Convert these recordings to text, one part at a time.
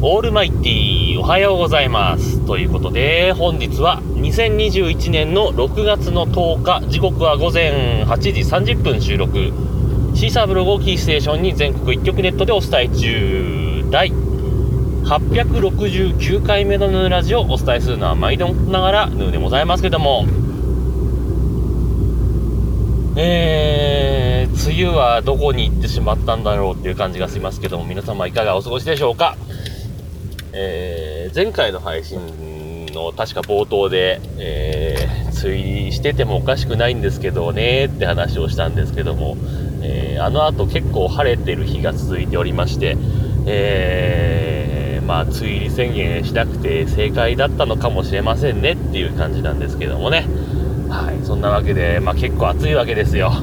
オールマイティーおはようございますということで、本日は2021年の6月の10日、時刻は午前8時30分収録、シーサーブログをキーステーションに全国1局ネットでお伝え中、第869回目のヌーラジオをお伝えするのは毎度ながらヌーでございますけども、梅雨はどこに行ってしまったんだろうっていう感じがしますけども、皆様いかがお過ごしでしょうか。前回の配信の確か冒頭で、梅雨しててもおかしくないんですけどねって話をしたんですけども、あの後結構晴れてる日が続いておりまして、梅雨入り宣言しなくて正解だったのかもしれませんねっていう感じなんですけどもね。はい、そんなわけで、結構暑いわけですよ。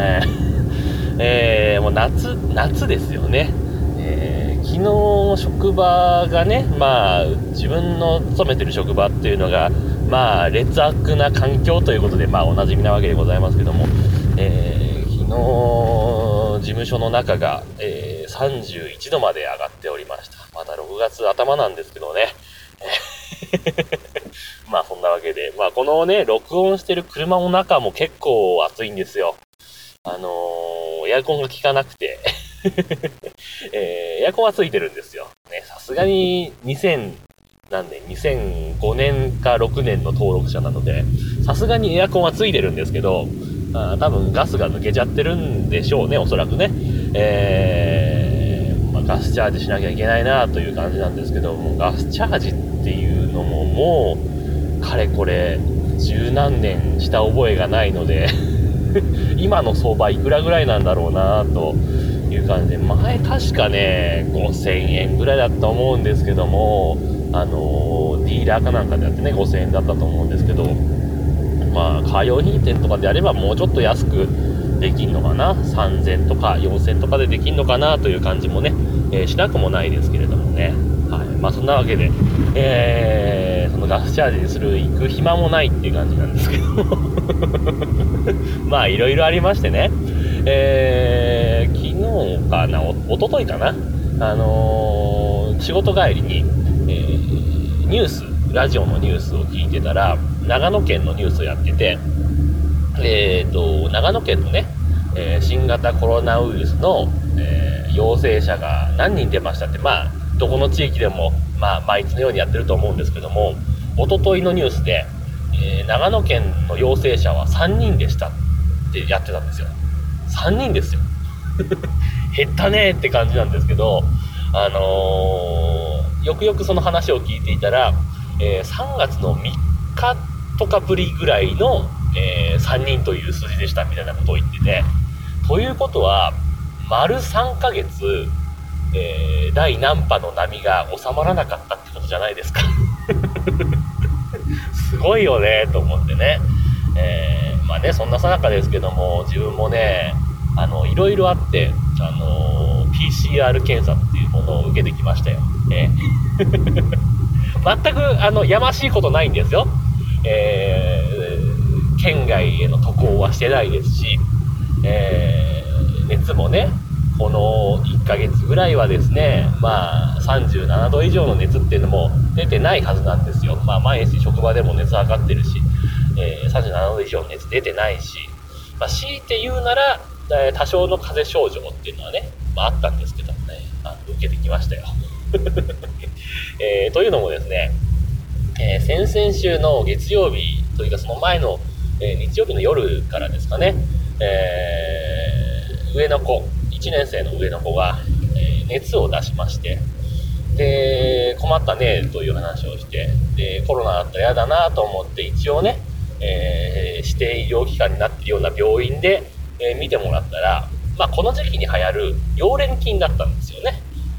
もう夏ですよね。昨日職場がね、自分の勤めてる職場っていうのが劣悪な環境ということでおなじみなわけでございますけども、昨日事務所の中が、31度まで上がっておりました。まだ6月頭なんですけどね。そんなわけで、このね録音してる車の中も結構暑いんですよ。エアコンが効かなくてエアコンはついてるんですよね。さすがに2005年か6年の登録者なので、さすがにエアコンはついてるんですけど、多分ガスが抜けちゃってるんでしょうね、おそらくね。ガスチャージしなきゃいけないなという感じなんですけども、ガスチャージっていうのももうかれこれ十何年した覚えがないので今の相場いくらぐらいなんだろうなという感じで、前確かね5000円ぐらいだったと思うんですけども、ディーラーかなんかでやってね5000円だったと思うんですけど、カー用品店とかであればもうちょっと安くできんのかな、3000とか4000とかでできんのかなという感じもね、しなくもないですけれどもね。はい、そんなわけで、そのガスチャージする行く暇もないっていう感じなんですけどいろいろありましてね、昨日かな、おとといかな、仕事帰りに、ニュース、ラジオのニュースを聞いてたら、長野県のニュースをやってて、長野県のね、新型コロナウイルスの、陽性者が何人出ましたって、どこの地域でも、毎日のようにやってると思うんですけども、おとといのニュースで、長野県の陽性者は3人でしたってやってたんですよ。3人ですよ減ったねって感じなんですけど、よくよくその話を聞いていたら、3月の3日とかぶりぐらいの、3人という数字でしたみたいなことを言ってて、ということは丸3ヶ月、第何波の波が収まらなかったってことじゃないですかすごいよねと思ってね。そんなさなかですけども、自分もねいろいろあって、PCR 検査っていうものを受けてきましたよ。全くやましいことないんですよ。県外への渡航はしてないですし、熱もねこの1ヶ月ぐらいはですね、37度以上の熱っていうのも出てないはずなんですよ。毎日職場でも熱測ってるし、37度以上の熱出てないし、強いて言うなら多少の風邪症状っていうのはね、あったんですけどもね、受けてきましたよというのもですね、先々週の月曜日というかその前の、日曜日の夜からですかね、上の子、1年生の上の子が、熱を出しまして、で困ったねという話をして、でコロナだったら嫌だなと思って一応ね、指定医療機関になっているような病院で、見てもらったら、この時期に流行る溶連菌だったんですよね。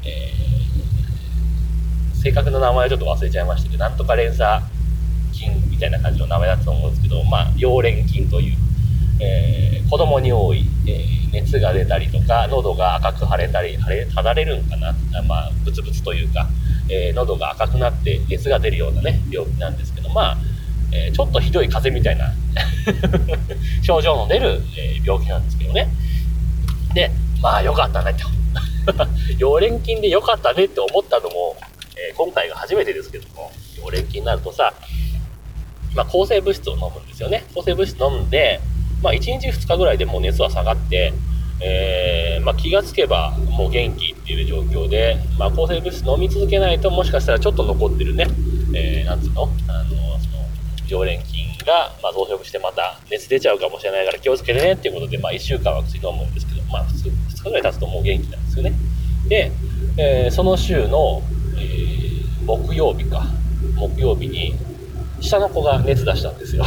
正確な名前はちょっと忘れちゃいましたけど、なんとか連鎖菌みたいな感じの名前だったと思うんですけど、溶連菌という、子供に多い、熱が出たりとか、喉が赤く腫れたり、ただれるんかな、ブツブツというか、喉が赤くなって熱が出るようなね病気なんですけど、ちょっとひどい風邪みたいな症状の出る、病気なんですけどね。で、良かったねと溶連菌で良かったねって思ったのも、 今回が初めてですけども、溶連菌になるとさ、抗生物質を飲むんですよね。抗生物質飲んで、1日2日ぐらいでもう熱は下がって、気がつけばもう元気っていう状況で、抗生物質飲み続けないと、もしかしたらちょっと残ってるね、なんつうの、溶連菌が、増殖してまた熱出ちゃうかもしれないから気をつけてねっていうことで、1週間は薬飲むんですけど、2日ぐらい経つともう元気なんですよね。で、その週の、木曜日に下の子が熱出したんですよ。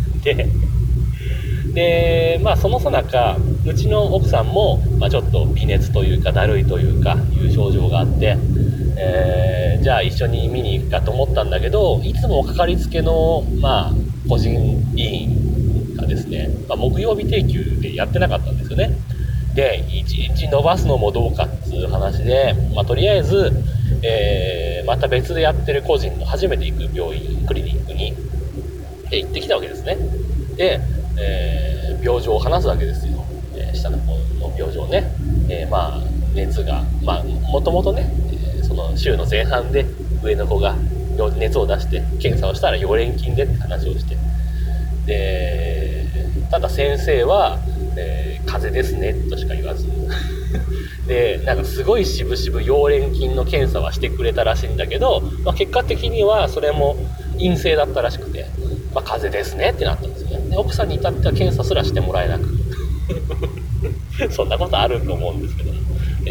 で、そのさなかうちの奥さんも、ちょっと微熱というかだるいというかいう症状があって、じゃあ一緒に見に行くかと思ったんだけど、いつもかかりつけの、個人医院がですね、木曜日定休でやってなかったんですよね。で、1日伸ばすのもどうかっていう話で、とりあえず、また別でやってる個人の初めて行く病院、クリニックに行ってきたわけですね。で、病状を話すわけですよ。下の子の病状ね。熱が、もともとね、その週の前半で上の子が熱を出して検査をしたら溶連菌でって話をして、で、ただ先生は、風邪ですねとしか言わずで、なんかすごい渋々溶連菌の検査はしてくれたらしいんだけど、結果的にはそれも陰性だったらしくて、風邪ですねってなったんですよね。で、奥さんに至っては検査すらしてもらえなくそんなことあると思うんですけど、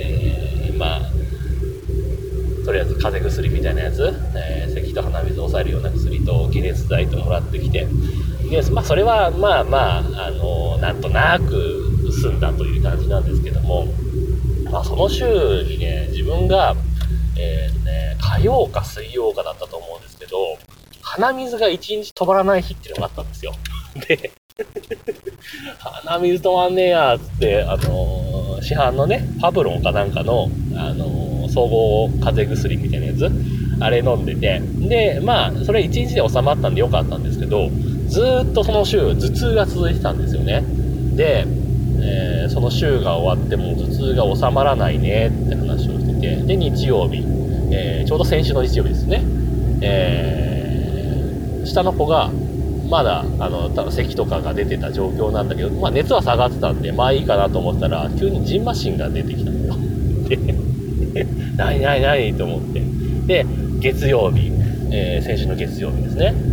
とりあえず風邪薬みたいなやつ、咳と鼻水を抑えるような薬と解熱剤ともらってきて、で、それはなんとなく済んだという感じなんですけども、その週にね、自分が、火曜か水曜かだったと思うんですけど、鼻水が一日止まらない日っていうのがあったんですよ。で、鼻水止まんねえやーっつって、市販のね、パブロンかなんかの、総合風邪薬みたいなやつ、あれ飲んでて、で、それ1日で収まったんでよかったんですけど、ずーっとその週、頭痛が続いてたんですよね。で、その週が終わっても頭痛が収まらないねって話をしてて、で、日曜日、ちょうど先週の日曜日ですね、下の子が、まだ、多分咳とかが出てた状況なんだけど、熱は下がってたんで、いいかなと思ったら、急にジンマシンが出てきたのよ。で、何と思って。で、月曜日、先週の月曜日ですね。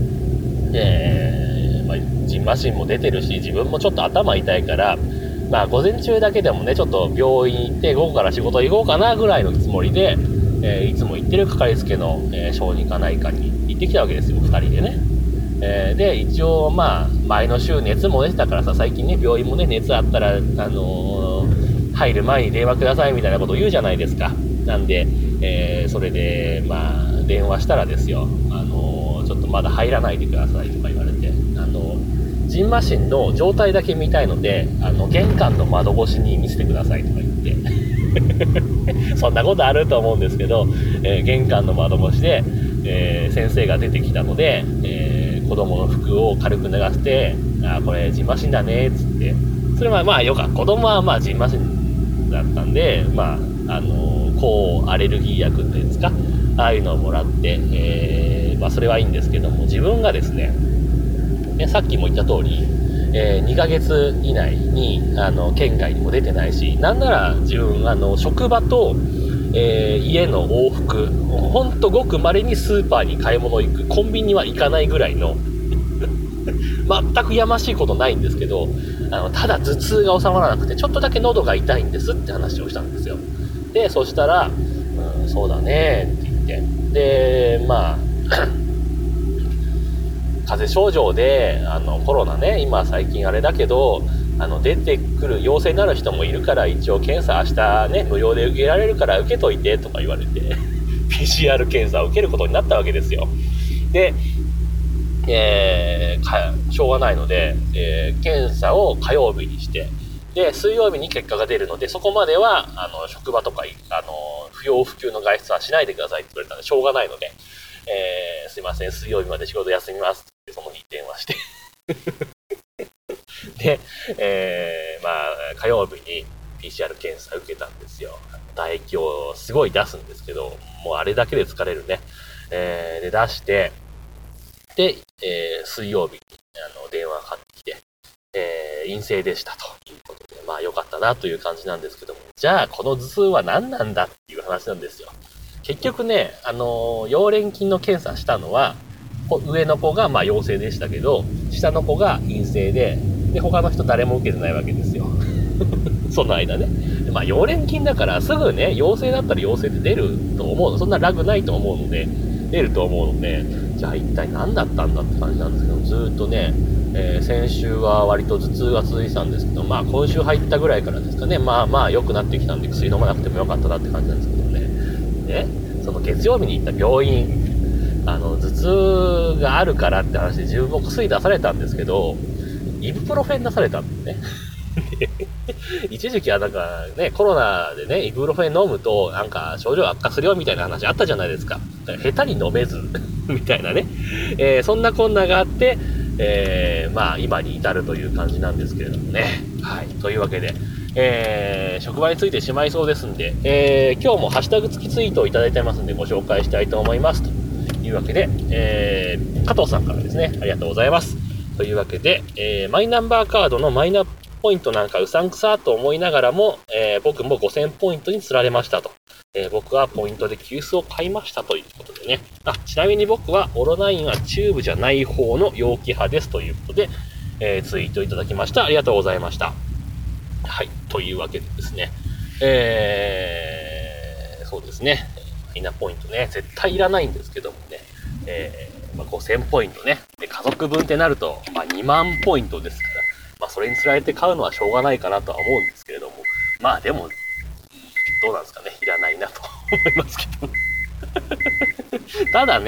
ジンマシンも出てるし、自分もちょっと頭痛いから、午前中だけでもね、ちょっと病院行って、午後から仕事行こうかなぐらいのつもりで、いつも行ってるかかりつけの、小児科内科に行ってきたわけですよ、2人でね。で、一応前の週熱も出てたからさ、最近ね、病院もね、熱あったら、入る前に電話くださいみたいなことを言うじゃないですか。なんで、それで、電話したらですよ、ちょっとまだ入らないでくださいとか言われて、ジンマシンの状態だけ見たいので、玄関の窓越しに見せてくださいとか言ってそんなことあると思うんですけど、玄関の窓越しで、先生が出てきたので、子供の服を軽く脱がせて、これジンマシンだねっつって、それはよかった。子供はジンマシンだったんで、抗アレルギー薬っていうんですか、ああいうのをもらって、それはいいんですけども、自分がですね、さっきも言った通り、2ヶ月以内に県外にも出てないし、なんなら自分職場と、家の往復、ほんとごく稀にスーパーに買い物行く、コンビニは行かないぐらいの全くやましいことないんですけど、ただ頭痛が収まらなくてちょっとだけ喉が痛いんですって話をしたんですよ。で、そしたら、そうだねって言って、で、風邪症状でコロナね、今最近あれだけど、出てくる陽性になる人もいるから、一応検査明日ね無料で受けられるから受けといてとか言われてPCR 検査を受けることになったわけですよ。で、しょうがないので、検査を火曜日にして、で水曜日に結果が出るので、そこまでは職場とか不要不急の外出はしないでくださいって言われたので、しょうがないので、すいません、水曜日まで仕事休みますってその日電話してで、火曜日に PCR 検査受けたんですよ。唾液をすごい出すんですけど、もうあれだけで疲れるね。で、出して、で、水曜日に電話がかかってきて、陰性でしたということで、まあ良かったなという感じなんですけども、じゃあこの頭痛は何なんだっていう話なんですよ。結局ね、溶連菌の検査したのは、上の子がまあ陽性でしたけど、下の子が陰性で、他の人誰も受けてないわけですよ。その間ね。まあ、溶連菌だからすぐね、陽性だったら陽性で出ると思うの。そんなラグないと思うので、出ると思うので、じゃあ一体何だったんだって感じなんですけど、ずーっとね、先週は割と頭痛が続いてたんですけど、まあ今週入ったぐらいからですかね、まあ良くなってきたんで薬飲まなくてもよかったなって感じなんですけどね。その月曜日に行った病院、頭痛があるからって話で自分も薬出されたんですけど、イブプロフェン出されたんでね。一時期はなんかね、コロナでね、イブプロフェン飲むとなんか症状悪化するよみたいな話あったじゃないですか。だから下手に飲めずみたいなね、そんなこんながあって、まあ今に至るという感じなんですけれどもね。はい。というわけで、職場についてしまいそうですんで、今日もハッシュタグ付きツイートをいただいてますんでご紹介したいと思いますというわけで、加藤さんからですね、ありがとうございます。というわけで、マイナンバーカードのマイナポイントなんかうさんくさと思いながらも、僕も5000ポイントに釣られましたと。僕はポイントで急須を買いましたということでね。ちなみに僕はオロナインはチューブじゃない方の容器派ですということで、ツイートいただきました。ありがとうございました。はい。というわけでですね。そうですね。マイナポイントね、絶対いらないんですけどもね。5000ポイントね。で、家族分ってなると、2万ポイントですから。それにつられて買うのはしょうがないかなとは思うんですけれども、でも、どうなんですかね、いらないなと思いますけど。ただ、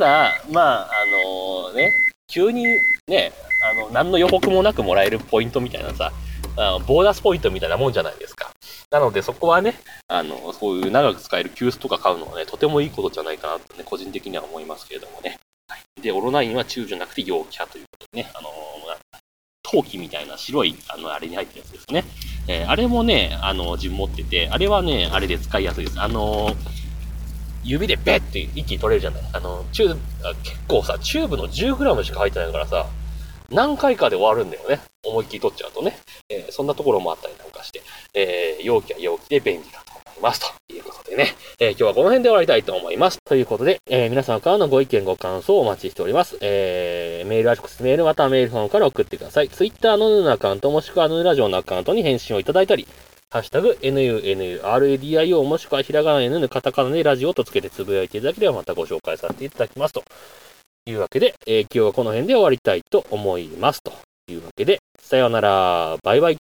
急にね、何の予告もなくもらえるポイントみたいなさ、ボーナスポイントみたいなもんじゃないですか。なのでそこはね、そういう長く使える急須とか買うのはね、とてもいいことじゃないかなとね、個人的には思いますけれどもね。はい、で、オロナインはチューブじゃなくて容器派ということでね、陶器みたいな白い、あれに入ってるやつですね。あれもね、自分持ってて、あれはね、あれで使いやすいです。指でベッって一気に取れるじゃない。結構さ、チューブの 10g しか入ってないからさ、何回かで終わるんだよね。思いっきり取っちゃうとね。そんなところもあったりなんかして、容器は容器で便利だと思います。ということでね、今日はこの辺で終わりたいと思います。ということで、皆さんからのご意見ご感想をお待ちしております。メールは直接メールまたはメールフォームから送ってください。Twitter のヌーのアカウントもしくはヌーラジオのアカウントに返信をいただいたり、ハッシュタグ NUNRADIO もしくはひらがな N カタカナでラジオとつけてつぶやいていただければまたご紹介させていただきますというわけで、今日はこの辺で終わりたいと思いますというわけで、さようなら、バイバイ。